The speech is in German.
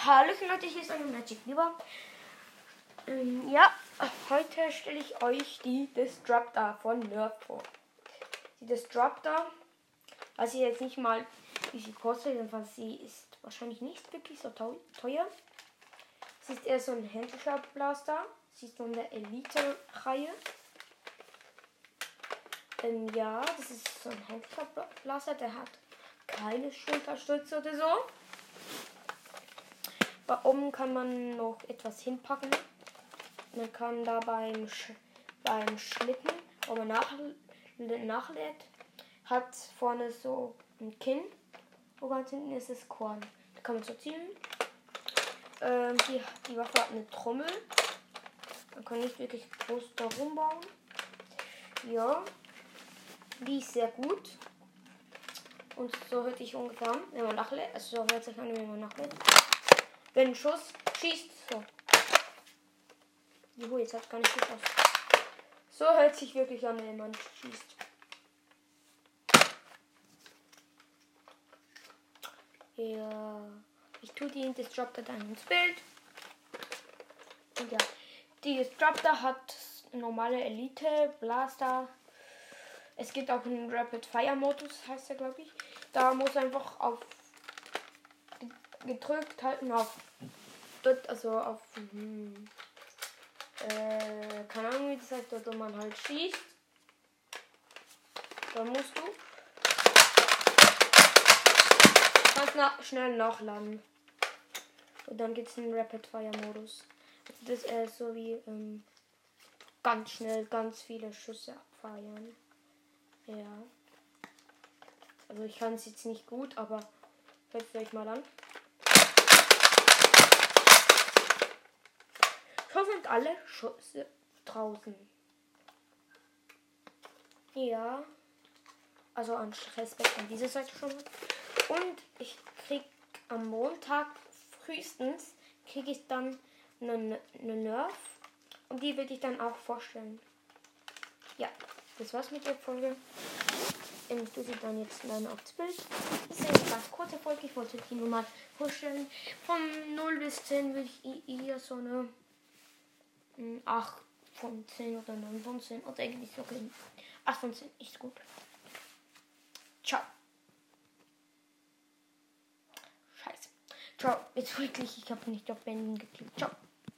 Hallöchen Leute, hier ist eine Magic Lieber. Ja, heute stelle ich euch die Disruptor von Nerf vor. Die Disruptor, weiß ich jetzt nicht mal, wie sie kostet, jedenfalls sie ist wahrscheinlich nicht wirklich so teuer. Sie ist eher so ein Handicap Blaster. Sie ist von der Elite-Reihe. Ja, das ist so ein Handicap Blaster, der hat keine Schulterstütze oder so. Bei oben kann man noch etwas hinpacken. Man kann da beim Schlitten, wo man nachlädt, hat vorne so ein Kinn. Wo ganz hinten ist das Korn. Da kann man so ziehen. Die Waffe hat eine Trommel. Man kann nicht wirklich groß darum bauen. Ja, die ist sehr gut. Und so hört sich ungefähr an, wenn man nachlädt. Also so hört sich an, wenn man nachlädt. Wenn ein Schuss schießt, so. Juhu, jetzt hat gar nicht geschossen. So hört sich wirklich an, wenn man schießt. Ja, ich tue die Disruptor dann ins Bild. Und ja, die Disruptor hat normale Elite, Blaster. Es gibt auch einen Rapid Fire Modus, heißt der, glaube ich. Da muss einfach auf gedrückt halten auf dort, also auf keine Ahnung, wie das heißt, dort wo man halt schießt. Dann musst du ganz schnell nachladen. Und dann gibt es einen Rapid Fire Modus. Also das ist so wie ganz schnell ganz viele Schüsse abfeuern. Ja. Also ich kann es jetzt nicht gut, aber hört es euch mal an. Schon sind alle Schüsse draußen. Ja. Also an Respekt an dieser Seite schon. Und ich krieg am Montag frühestens kriege ich dann eine Nerf. Und die würde ich dann auch vorstellen. Ja, das war's mit der Folge. Ich tue sie dann jetzt aufs Bild. Das ist eine ganz kurze Folge. Ich wollte die nur mal vorstellen. Von 0 bis 10 würde ich eher so eine 8 von 10 oder 9 von 10. Oder irgendwie so 8 von 10 ist gut. Ciao. Scheiße. Ciao. Jetzt wirklich, ich habe nicht auf Beenden geklickt. Ciao.